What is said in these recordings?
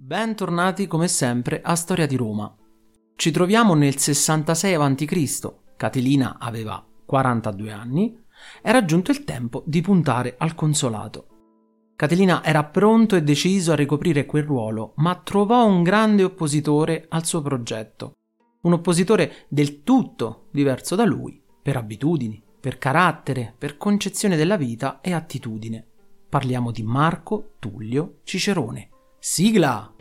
Bentornati come sempre a Storia di Roma. Ci troviamo nel 66 a.C. Catilina aveva 42 anni. Era giunto il tempo di puntare al consolato. Catilina era pronto e deciso a ricoprire quel ruolo, ma trovò un grande oppositore al suo progetto. Un oppositore del tutto diverso da lui, per abitudini, per carattere, per concezione della vita e attitudine. Parliamo di Marco Tullio Cicerone. Sigla!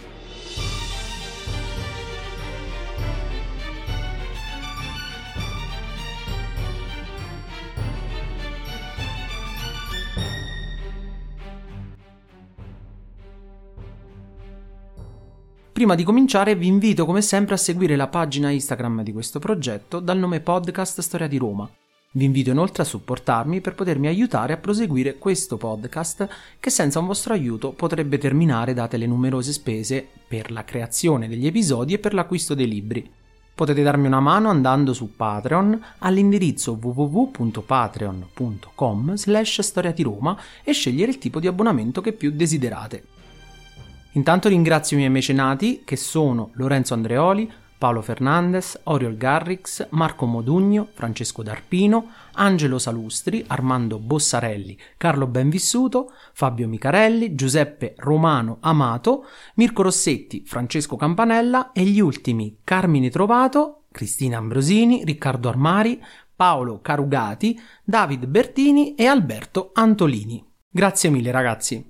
Prima di cominciare vi invito come sempre a seguire la pagina Instagram di questo progetto dal nome Podcast Storia di Roma. Vi invito inoltre a supportarmi per potermi aiutare a proseguire questo podcast che senza un vostro aiuto potrebbe terminare date le numerose spese per la creazione degli episodi e per l'acquisto dei libri. Potete darmi una mano andando su Patreon all'indirizzo www.patreon.com/storia di Roma e scegliere il tipo di abbonamento che più desiderate. Intanto ringrazio i miei mecenati che sono Lorenzo Andreoli, Paolo Fernandez, Oriol Garrix, Marco Modugno, Francesco D'Arpino, Angelo Salustri, Armando Bossarelli, Carlo Benvissuto, Fabio Micarelli, Giuseppe Romano Amato, Mirko Rossetti, Francesco Campanella e gli ultimi Carmine Trovato, Cristina Ambrosini, Riccardo Armari, Paolo Carugati, David Bertini e Alberto Antolini. Grazie mille ragazzi.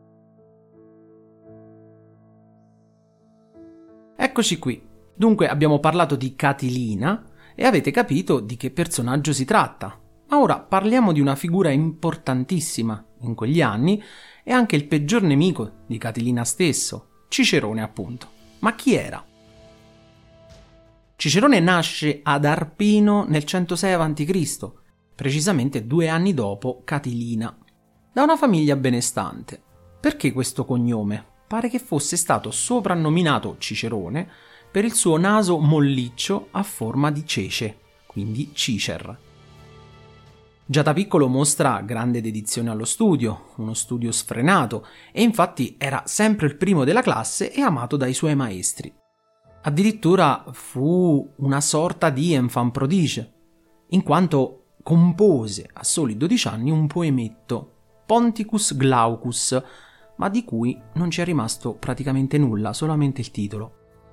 Eccoci qui. Dunque abbiamo parlato di Catilina e avete capito di che personaggio si tratta. Ma ora parliamo di una figura importantissima in quegli anni e anche il peggior nemico di Catilina stesso, Cicerone appunto. Ma chi era? Cicerone nasce ad Arpino nel 106 a.C., precisamente 2 anni dopo Catilina, da una famiglia benestante. Perché questo cognome? Pare che fosse stato soprannominato Cicerone per il suo naso molliccio a forma di cece, quindi Cicer. Già da piccolo mostra grande dedizione allo studio, uno studio sfrenato, e infatti era sempre il primo della classe e amato dai suoi maestri. Addirittura fu una sorta di enfant prodige, in quanto compose a soli 12 anni un poemetto, Ponticus Glaucus, ma di cui non ci è rimasto praticamente nulla, solamente il titolo.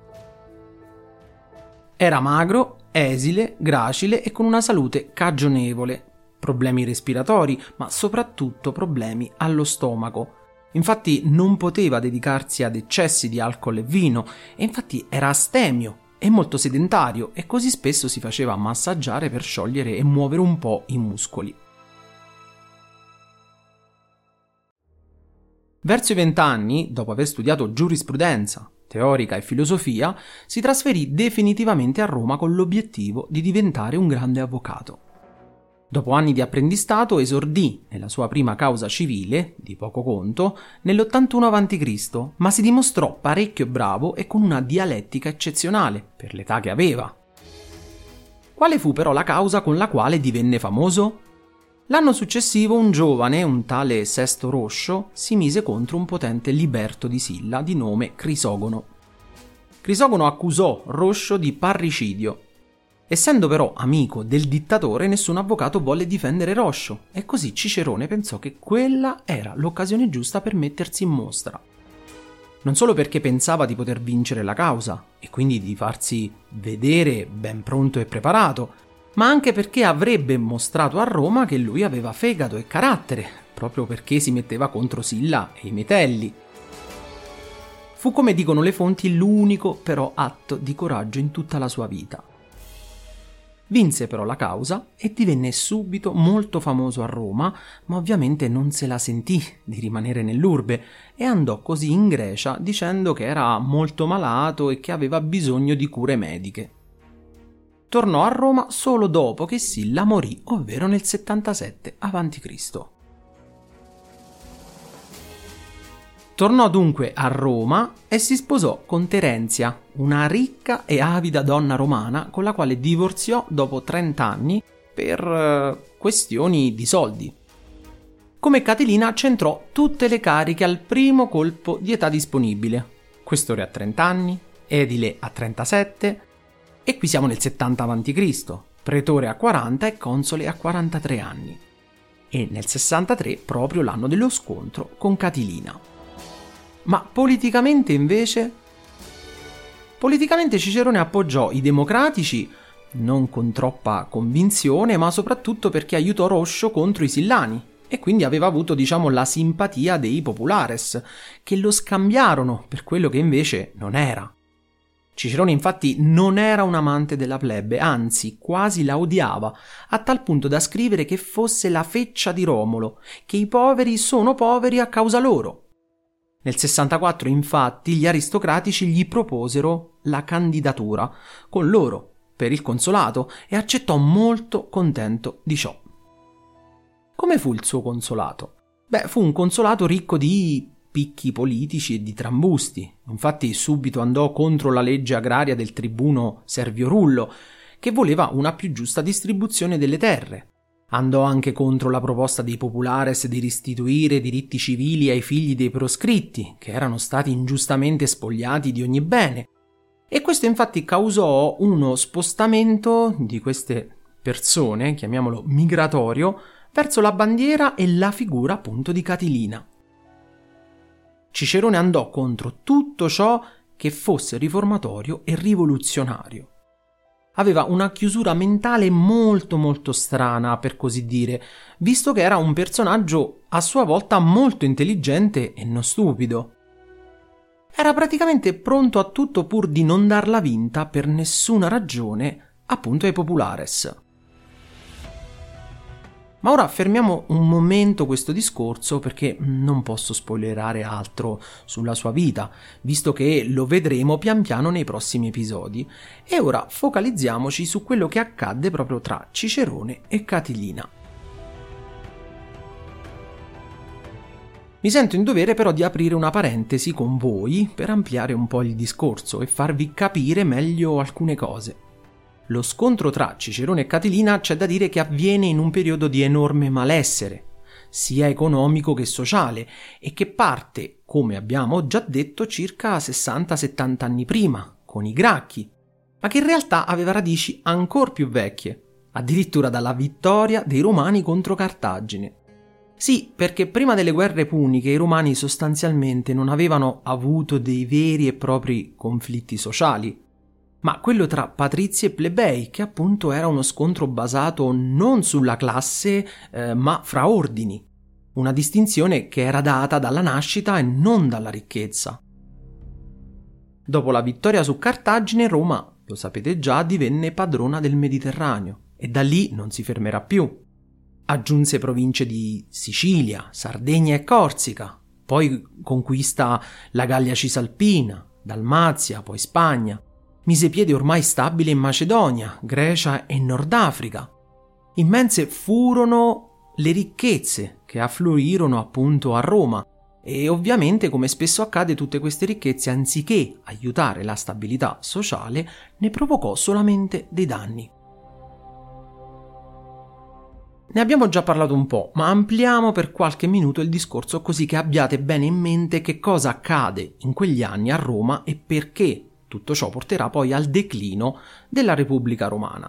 Era magro, esile, gracile e con una salute cagionevole, problemi respiratori, ma soprattutto problemi allo stomaco. Infatti non poteva dedicarsi ad eccessi di alcol e vino, e infatti era astemio e molto sedentario e così spesso si faceva massaggiare per sciogliere e muovere un po' i muscoli. Verso i 20 anni, dopo aver studiato giurisprudenza, teorica e filosofia, si trasferì definitivamente a Roma con l'obiettivo di diventare un grande avvocato. Dopo anni di apprendistato esordì nella sua prima causa civile, di poco conto, nell'81 a.C., ma si dimostrò parecchio bravo e con una dialettica eccezionale per l'età che aveva. Quale fu però la causa con la quale divenne famoso? L'anno successivo un giovane, un tale Sesto Roscio, si mise contro un potente liberto di Silla di nome Crisogono. Crisogono accusò Roscio di parricidio. Essendo però amico del dittatore, nessun avvocato volle difendere Roscio e così Cicerone pensò che quella era l'occasione giusta per mettersi in mostra. Non solo perché pensava di poter vincere la causa e quindi di farsi vedere ben pronto e preparato, ma anche perché avrebbe mostrato a Roma che lui aveva fegato e carattere, proprio perché si metteva contro Silla e i Metelli. Fu, come dicono le fonti, l'unico però atto di coraggio in tutta la sua vita. Vinse però la causa e divenne subito molto famoso a Roma, ma ovviamente non se la sentì di rimanere nell'urbe e andò così in Grecia dicendo che era molto malato e che aveva bisogno di cure mediche. Tornò a Roma solo dopo che Silla morì, ovvero nel 77 a.C. Tornò dunque a Roma e si sposò con Terenzia, una ricca e avida donna romana con la quale divorziò dopo 30 anni per questioni di soldi. Come Catilina centrò tutte le cariche al primo colpo di età disponibile. questore a 30 anni, edile a 37, e qui siamo nel 70 a.C., pretore a 40 e console a 43 anni. E nel 63 proprio l'anno dello scontro con Catilina. Ma politicamente invece? Politicamente Cicerone appoggiò i democratici, non con troppa convinzione, ma soprattutto perché aiutò Roscio contro i Sillani e quindi aveva avuto, la simpatia dei populares, che lo scambiarono per quello che invece non era. Cicerone infatti non era un amante della plebe, anzi quasi la odiava, a tal punto da scrivere che fosse la feccia di Romolo, che i poveri sono poveri a causa loro. Nel 64 infatti gli aristocratici gli proposero la candidatura con loro per il consolato e accettò molto contento di ciò. Come fu il suo consolato? Fu un consolato ricco di picchi politici e di trambusti. Infatti subito andò contro la legge agraria del tribuno Servio Rullo, che voleva una più giusta distribuzione delle terre. Andò anche contro la proposta dei populares di restituire diritti civili ai figli dei proscritti, che erano stati ingiustamente spogliati di ogni bene. E questo infatti causò uno spostamento di queste persone, chiamiamolo migratorio, verso la bandiera e la figura appunto di Catilina. Cicerone andò contro tutto ciò che fosse riformatorio e rivoluzionario. Aveva una chiusura mentale molto molto strana, per così dire, visto che era un personaggio a sua volta molto intelligente e non stupido. Era praticamente pronto a tutto pur di non darla vinta per nessuna ragione, appunto ai populares. Ma ora fermiamo un momento questo discorso perché non posso spoilerare altro sulla sua vita, visto che lo vedremo pian piano nei prossimi episodi. E ora focalizziamoci su quello che accadde proprio tra Cicerone e Catilina. Mi sento in dovere però di aprire una parentesi con voi per ampliare un po' il discorso e farvi capire meglio alcune cose. Lo scontro tra Cicerone e Catilina c'è da dire che avviene in un periodo di enorme malessere, sia economico che sociale, e che parte, come abbiamo già detto, circa 60-70 anni prima, con i Gracchi, ma che in realtà aveva radici ancor più vecchie, addirittura dalla vittoria dei Romani contro Cartagine. Sì, perché prima delle guerre puniche i Romani sostanzialmente non avevano avuto dei veri e propri conflitti sociali, ma quello tra patrizi e plebei, che appunto era uno scontro basato non sulla classe, ma fra ordini, una distinzione che era data dalla nascita e non dalla ricchezza. Dopo la vittoria su Cartagine, Roma, lo sapete già, divenne padrona del Mediterraneo e da lì non si fermerà più. Aggiunse province di Sicilia, Sardegna e Corsica, poi conquista la Gallia Cisalpina, Dalmazia, poi Spagna. Mise piede ormai stabile in Macedonia, Grecia e Nord Africa. Immense furono le ricchezze che affluirono appunto a Roma e ovviamente, come spesso accade, tutte queste ricchezze, anziché aiutare la stabilità sociale, ne provocò solamente dei danni. Ne abbiamo già parlato un po', ma ampliamo per qualche minuto il discorso così che abbiate bene in mente che cosa accade in quegli anni a Roma e perché tutto ciò porterà poi al declino della Repubblica Romana.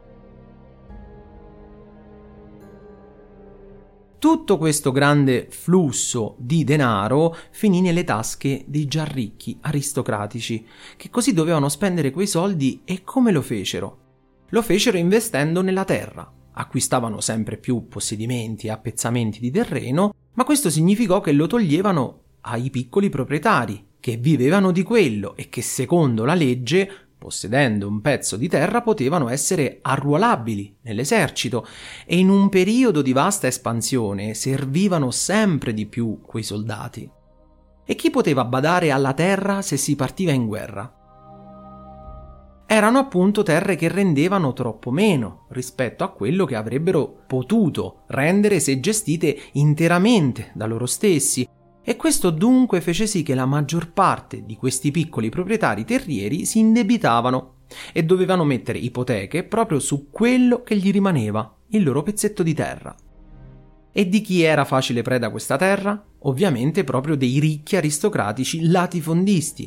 Tutto questo grande flusso di denaro finì nelle tasche dei già ricchi aristocratici, che così dovevano spendere quei soldi e come lo fecero? Lo fecero investendo nella terra. Acquistavano sempre più possedimenti e appezzamenti di terreno, ma questo significò che lo toglievano ai piccoli proprietari, che vivevano di quello e che secondo la legge, possedendo un pezzo di terra, potevano essere arruolabili nell'esercito e in un periodo di vasta espansione servivano sempre di più quei soldati. E chi poteva badare alla terra se si partiva in guerra? Erano appunto terre che rendevano troppo meno rispetto a quello che avrebbero potuto rendere se gestite interamente da loro stessi. E questo dunque fece sì che la maggior parte di questi piccoli proprietari terrieri si indebitavano e dovevano mettere ipoteche proprio su quello che gli rimaneva, il loro pezzetto di terra. E di chi era facile preda questa terra? Ovviamente proprio dei ricchi aristocratici latifondisti,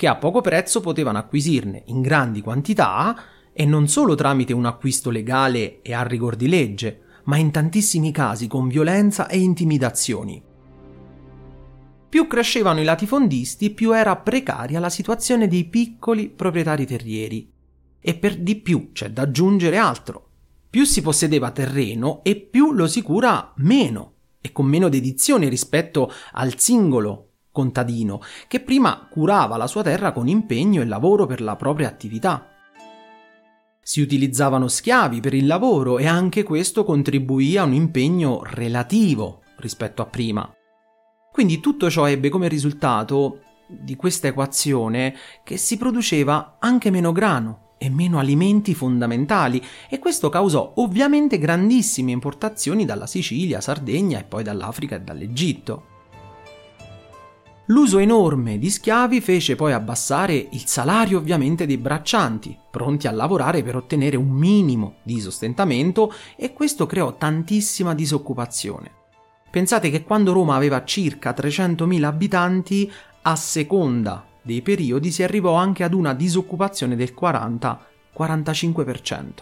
che a poco prezzo potevano acquisirne in grandi quantità e non solo tramite un acquisto legale e a rigor di legge, ma in tantissimi casi con violenza e intimidazioni. Più crescevano i latifondisti, più era precaria la situazione dei piccoli proprietari terrieri. E per di più c'è da aggiungere altro. Più si possedeva terreno e più lo si cura meno, e con meno dedizione rispetto al singolo contadino, che prima curava la sua terra con impegno e lavoro per la propria attività. Si utilizzavano schiavi per il lavoro e anche questo contribuì a un impegno relativo rispetto a prima. Quindi tutto ciò ebbe come risultato di questa equazione che si produceva anche meno grano e meno alimenti fondamentali, e questo causò ovviamente grandissime importazioni dalla Sicilia, Sardegna e poi dall'Africa e dall'Egitto. L'uso enorme di schiavi fece poi abbassare il salario ovviamente dei braccianti, pronti a lavorare per ottenere un minimo di sostentamento, e questo creò tantissima disoccupazione. Pensate che quando Roma aveva circa 300.000 abitanti, a seconda dei periodi si arrivò anche ad una disoccupazione del 40-45%.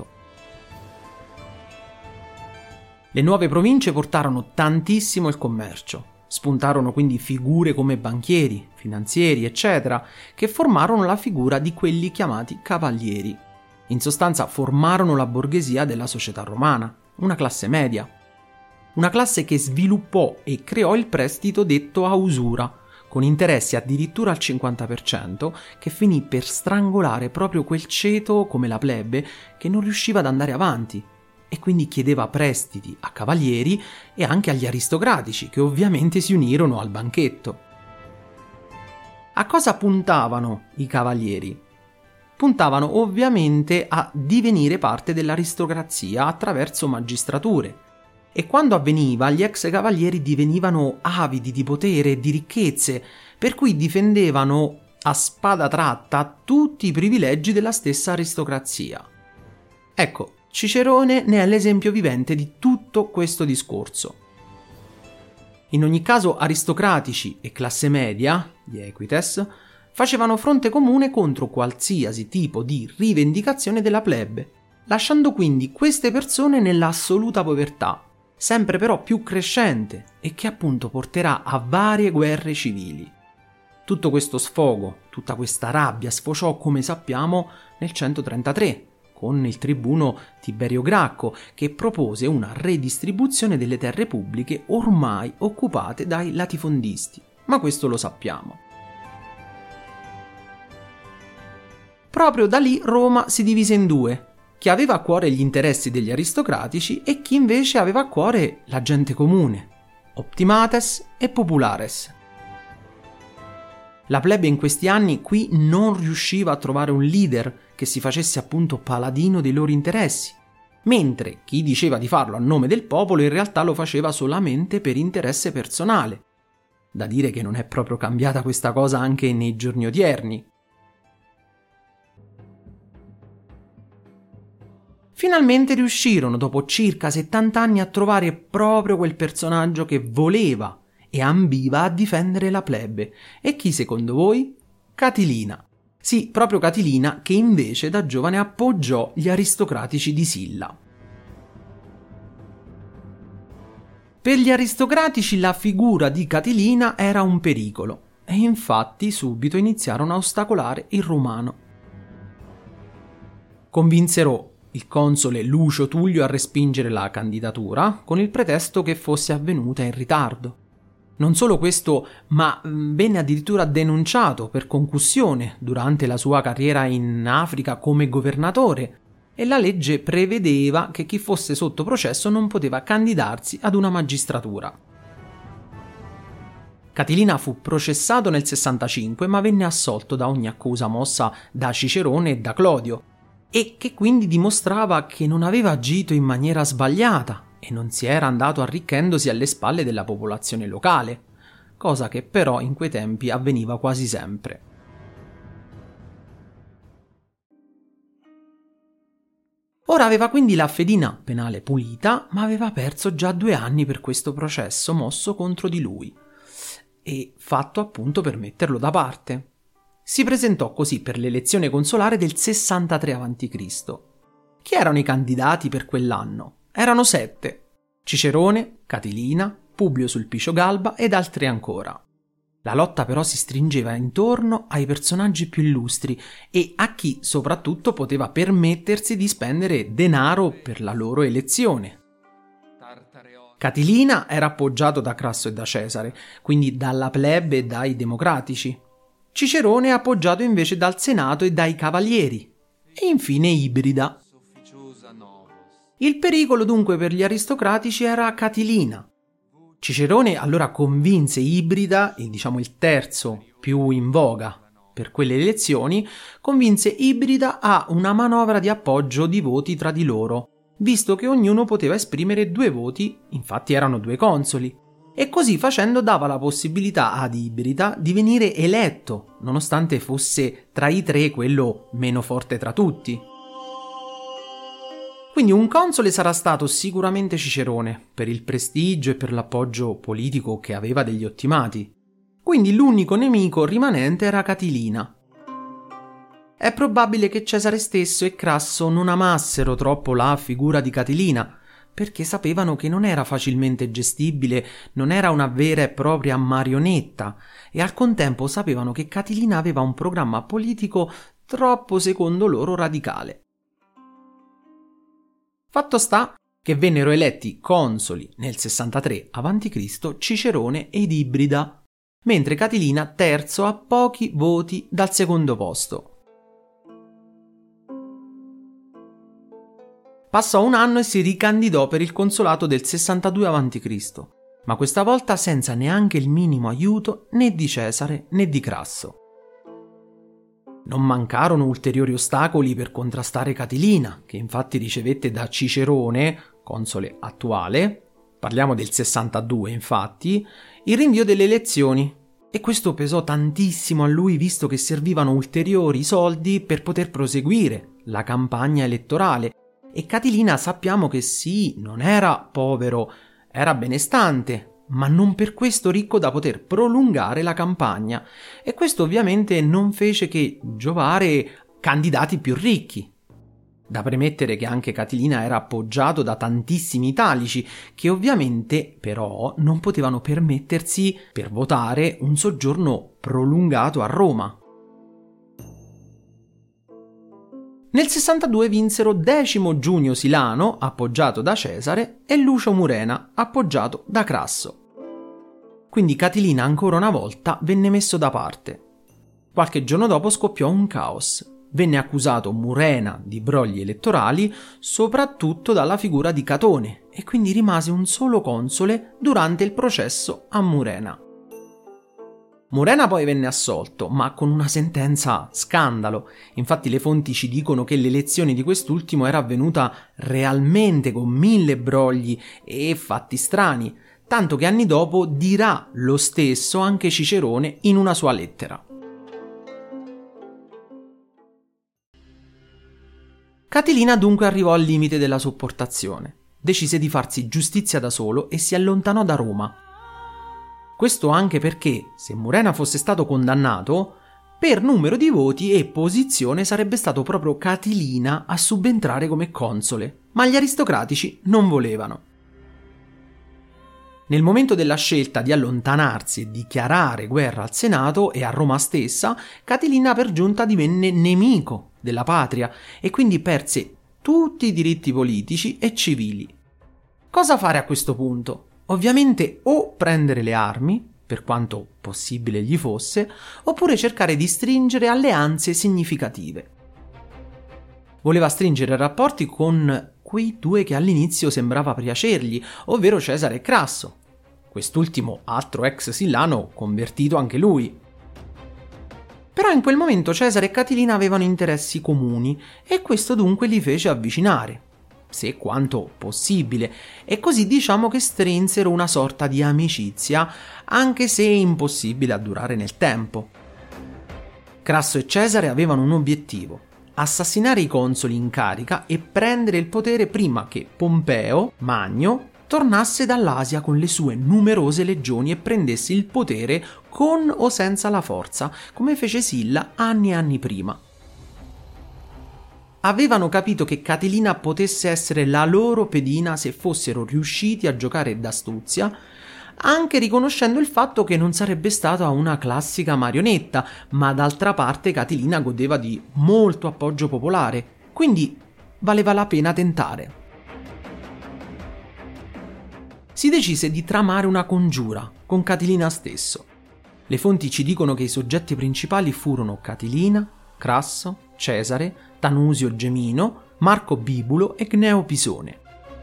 Le nuove province portarono tantissimo il commercio. Spuntarono quindi figure come banchieri, finanzieri, eccetera, che formarono la figura di quelli chiamati cavalieri. In sostanza formarono la borghesia della società romana, una classe media. Una classe che sviluppò e creò il prestito detto a usura, con interessi addirittura al 50%, che finì per strangolare proprio quel ceto come la plebe che non riusciva ad andare avanti, e quindi chiedeva prestiti a cavalieri e anche agli aristocratici, che ovviamente si unirono al banchetto. A cosa puntavano i cavalieri? Puntavano ovviamente a divenire parte dell'aristocrazia attraverso magistrature, e quando avveniva gli ex cavalieri divenivano avidi di potere e di ricchezze, per cui difendevano a spada tratta tutti i privilegi della stessa aristocrazia. Ecco, Cicerone ne è l'esempio vivente di tutto questo discorso. In ogni caso, aristocratici e classe media, gli equites, facevano fronte comune contro qualsiasi tipo di rivendicazione della plebe, lasciando quindi queste persone nella assoluta povertà, sempre però più crescente, e che appunto porterà a varie guerre civili. Tutto questo sfogo, tutta questa rabbia sfociò, come sappiamo, nel 133, con il tribuno Tiberio Gracco, che propose una redistribuzione delle terre pubbliche ormai occupate dai latifondisti. Ma questo lo sappiamo. Proprio da lì Roma si divise in due: chi aveva a cuore gli interessi degli aristocratici e chi invece aveva a cuore la gente comune, optimates e populares. La plebe in questi anni qui non riusciva a trovare un leader che si facesse appunto paladino dei loro interessi, mentre chi diceva di farlo a nome del popolo in realtà lo faceva solamente per interesse personale. Da dire che non è proprio cambiata questa cosa anche nei giorni odierni. Finalmente riuscirono, dopo circa 70 anni, a trovare proprio quel personaggio che voleva e ambiva a difendere la plebe. E chi secondo voi? Catilina. Sì, proprio Catilina, che invece da giovane appoggiò gli aristocratici di Silla. Per gli aristocratici la figura di Catilina era un pericolo, e infatti subito iniziarono a ostacolare il romano. Convinsero il console Lucio Tullio a respingere la candidatura con il pretesto che fosse avvenuta in ritardo. Non solo questo, ma venne addirittura denunciato per concussione durante la sua carriera in Africa come governatore, e la legge prevedeva che chi fosse sotto processo non poteva candidarsi ad una magistratura. Catilina fu processato nel 65, ma venne assolto da ogni accusa mossa da Cicerone e da Clodio, e che quindi dimostrava che non aveva agito in maniera sbagliata e non si era andato arricchendosi alle spalle della popolazione locale, cosa che però in quei tempi avveniva quasi sempre. Ora aveva quindi la fedina penale pulita, ma aveva perso già 2 anni per questo processo mosso contro di lui, e fatto appunto per metterlo da parte. Si presentò così per l'elezione consolare del 63 a.C. Chi erano i candidati per quell'anno? Erano 7: Cicerone, Catilina, Publio Sulpicio Galba ed altri ancora. La lotta però si stringeva intorno ai personaggi più illustri e a chi soprattutto poteva permettersi di spendere denaro per la loro elezione. Catilina era appoggiato da Crasso e da Cesare, quindi dalla plebe e dai democratici. Cicerone è appoggiato invece dal Senato e dai cavalieri. E infine Ibrida. Il pericolo dunque per gli aristocratici era Catilina. Cicerone allora convinse Ibrida, il terzo più in voga per quelle elezioni, convinse Ibrida a una manovra di appoggio di voti tra di loro, visto che ognuno poteva esprimere 2 voti, infatti erano 2 consoli, e così facendo dava la possibilità ad Ibrida di venire eletto, nonostante fosse tra i 3 quello meno forte tra tutti. Quindi un console sarà stato sicuramente Cicerone, per il prestigio e per l'appoggio politico che aveva degli ottimati. Quindi l'unico nemico rimanente era Catilina. È probabile che Cesare stesso e Crasso non amassero troppo la figura di Catilina, perché sapevano che non era facilmente gestibile, non era una vera e propria marionetta, e al contempo sapevano che Catilina aveva un programma politico troppo secondo loro radicale. Fatto sta che vennero eletti consoli nel 63 a.C. Cicerone ed Ibrida, mentre Catilina terzo a pochi voti dal secondo posto. Passò un anno e si ricandidò per il consolato del 62 a.C., ma questa volta senza neanche il minimo aiuto né di Cesare né di Crasso. Non mancarono ulteriori ostacoli per contrastare Catilina, che infatti ricevette da Cicerone, console attuale, parliamo del 62 infatti, il rinvio delle elezioni, e questo pesò tantissimo a lui visto che servivano ulteriori soldi per poter proseguire la campagna elettorale, e Catilina sappiamo che sì, non era povero, era benestante, ma non per questo ricco da poter prolungare la campagna, e questo ovviamente non fece che giovare candidati più ricchi. Da premettere che anche Catilina era appoggiato da tantissimi italici, che ovviamente però non potevano permettersi per votare un soggiorno prolungato a Roma. Nel 62 vinsero Decimo Giunio Silano, appoggiato da Cesare, e Lucio Murena, appoggiato da Crasso. Quindi Catilina ancora una volta venne messo da parte. Qualche giorno dopo scoppiò un caos. Venne accusato Murena di brogli elettorali, soprattutto dalla figura di Catone, e quindi rimase un solo console durante il processo a Murena. Murena poi venne assolto, ma con una sentenza scandalo. Infatti le fonti ci dicono che l'elezione di quest'ultimo era avvenuta realmente con 1000 brogli e fatti strani, tanto che anni dopo dirà lo stesso anche Cicerone in una sua lettera. Catilina dunque arrivò al limite della sopportazione. Decise di farsi giustizia da solo e si allontanò da Roma. Questo anche perché, se Murena fosse stato condannato, per numero di voti e posizione sarebbe stato proprio Catilina a subentrare come console, ma gli aristocratici non volevano. Nel momento della scelta di allontanarsi e dichiarare guerra al Senato e a Roma stessa, Catilina per giunta divenne nemico della patria e quindi perse tutti i diritti politici e civili. Cosa fare a questo punto? Ovviamente o prendere le armi, per quanto possibile gli fosse, oppure cercare di stringere alleanze significative. Voleva stringere rapporti con quei 2 che all'inizio sembrava piacergli, ovvero Cesare e Crasso. Quest'ultimo altro ex Sillano convertito anche lui. Però in quel momento Cesare e Catilina avevano interessi comuni e questo dunque li fece avvicinare, se quanto possibile, e così diciamo che strinsero una sorta di amicizia, anche se impossibile a durare nel tempo. Crasso e Cesare avevano un obiettivo: assassinare i consoli in carica e prendere il potere prima che Pompeo Magno tornasse dall'Asia con le sue numerose legioni e prendesse il potere con o senza la forza, come fece Silla anni e anni prima. Avevano capito che Catilina potesse essere la loro pedina se fossero riusciti a giocare d'astuzia, anche riconoscendo il fatto che non sarebbe stata una classica marionetta, ma d'altra parte Catilina godeva di molto appoggio popolare, quindi valeva la pena tentare. Si decise di tramare una congiura con Catilina stesso. Le fonti ci dicono che i soggetti principali furono Catilina, Crasso, Cesare, Tanusio Gemino, Marco Bibulo e Gneo Pisone.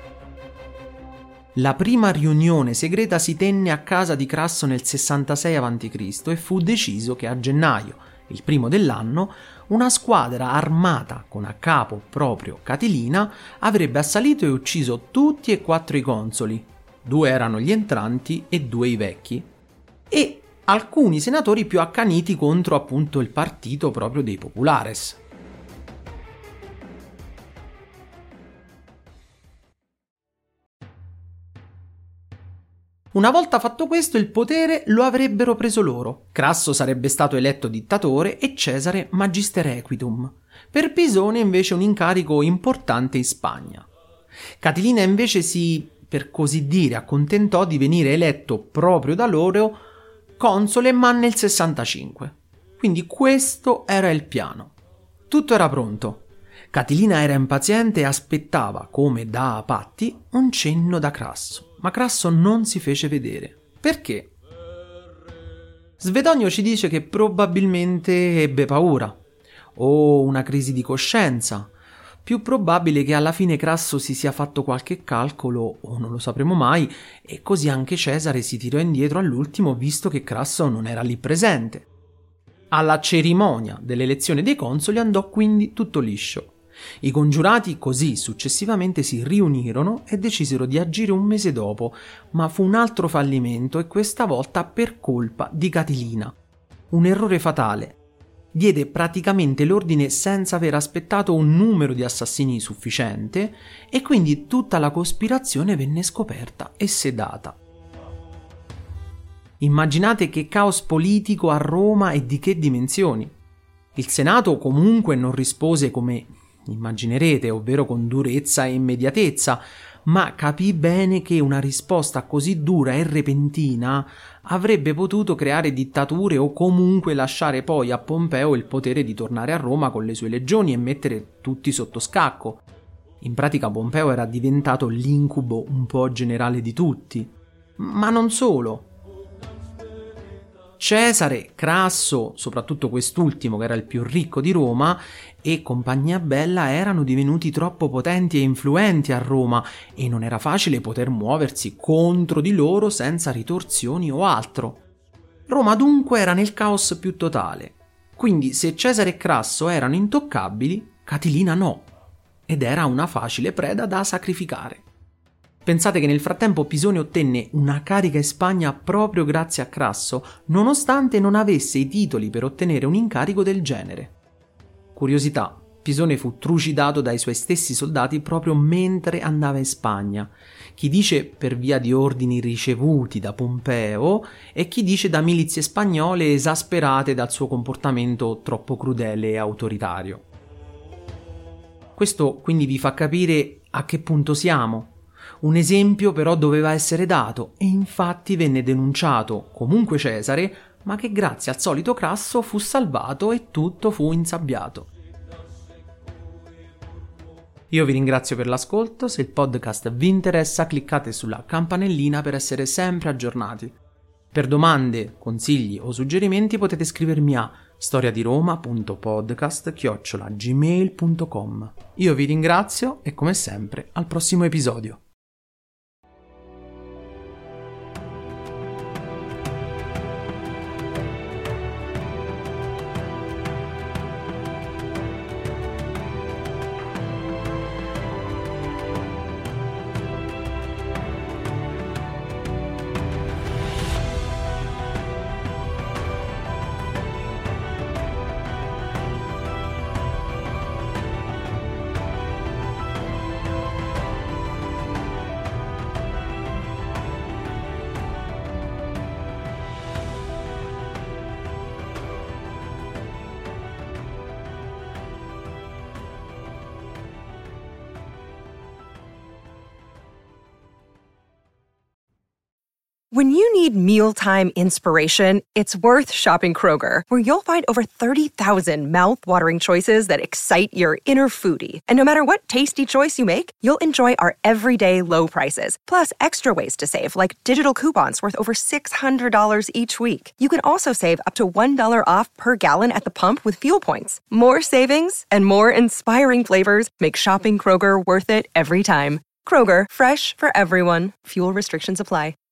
La prima riunione segreta si tenne a casa di Crasso nel 66 a.C. e fu deciso che a gennaio, il primo dell'anno, una squadra armata con a capo proprio Catilina avrebbe assalito e ucciso tutti e 4 i consoli. 2 erano gli entranti e 2 i vecchi, e alcuni senatori più accaniti contro appunto il partito proprio dei populares. Una volta fatto questo, il potere lo avrebbero preso loro. Crasso sarebbe stato eletto dittatore e Cesare magister equitum. Per Pisone invece un incarico importante in Spagna. Catilina invece si, per così dire, accontentò di venire eletto proprio da loro console, ma nel 65. Quindi questo era il piano. Tutto era pronto. Catilina era impaziente e aspettava, come da patti, un cenno da Crasso. Ma Crasso non si fece vedere. Perché? Svedonio ci dice che probabilmente ebbe paura, o una crisi di coscienza. Più probabile che alla fine Crasso si sia fatto qualche calcolo, o non lo sapremo mai, e così anche Cesare si tirò indietro all'ultimo, visto che Crasso non era lì presente. Alla cerimonia dell'elezione dei consoli andò quindi tutto liscio. I congiurati così successivamente si riunirono e decisero di agire un mese dopo, ma fu un altro fallimento, e questa volta per colpa di Catilina. Un errore fatale. Diede praticamente l'ordine senza aver aspettato un numero di assassini sufficiente, e quindi tutta la cospirazione venne scoperta e sedata. Immaginate che caos politico a Roma e di che dimensioni. Il Senato comunque non rispose come immaginerete, ovvero con durezza e immediatezza, ma capì bene che una risposta così dura e repentina avrebbe potuto creare dittature o comunque lasciare poi a Pompeo il potere di tornare a Roma con le sue legioni e mettere tutti sotto scacco. In pratica Pompeo era diventato l'incubo un po' generale di tutti. Ma non solo. Cesare, Crasso, soprattutto quest'ultimo che era il più ricco di Roma, e compagnia bella erano divenuti troppo potenti e influenti a Roma, e non era facile poter muoversi contro di loro senza ritorsioni o altro. Roma dunque era nel caos più totale. Quindi se Cesare e Crasso erano intoccabili, Catilina no, ed era una facile preda da sacrificare. Pensate che nel frattempo Pisone ottenne una carica in Spagna proprio grazie a Crasso, nonostante non avesse i titoli per ottenere un incarico del genere. Curiosità, Pisone fu trucidato dai suoi stessi soldati proprio mentre andava in Spagna. Chi dice per via di ordini ricevuti da Pompeo e chi dice da milizie spagnole esasperate dal suo comportamento troppo crudele e autoritario. Questo quindi vi fa capire a che punto siamo. Un esempio però doveva essere dato, e infatti venne denunciato comunque Cesare, ma che grazie al solito Crasso fu salvato e tutto fu insabbiato. Io vi ringrazio per l'ascolto. Se il podcast vi interessa, cliccate sulla campanellina per essere sempre aggiornati. Per domande, consigli o suggerimenti potete scrivermi a storiadiroma.podcast@gmail.com. Io vi ringrazio e come sempre al prossimo episodio. When you need mealtime inspiration, it's worth shopping Kroger, where you'll find over 30,000 mouth-watering choices that excite your inner foodie. And no matter what tasty choice you make, you'll enjoy our everyday low prices, plus extra ways to save, like digital coupons worth over $600 each week. You can also save up to $1 off per gallon at the pump with fuel points. More savings and more inspiring flavors make shopping Kroger worth it every time. Kroger, fresh for everyone. Fuel restrictions apply.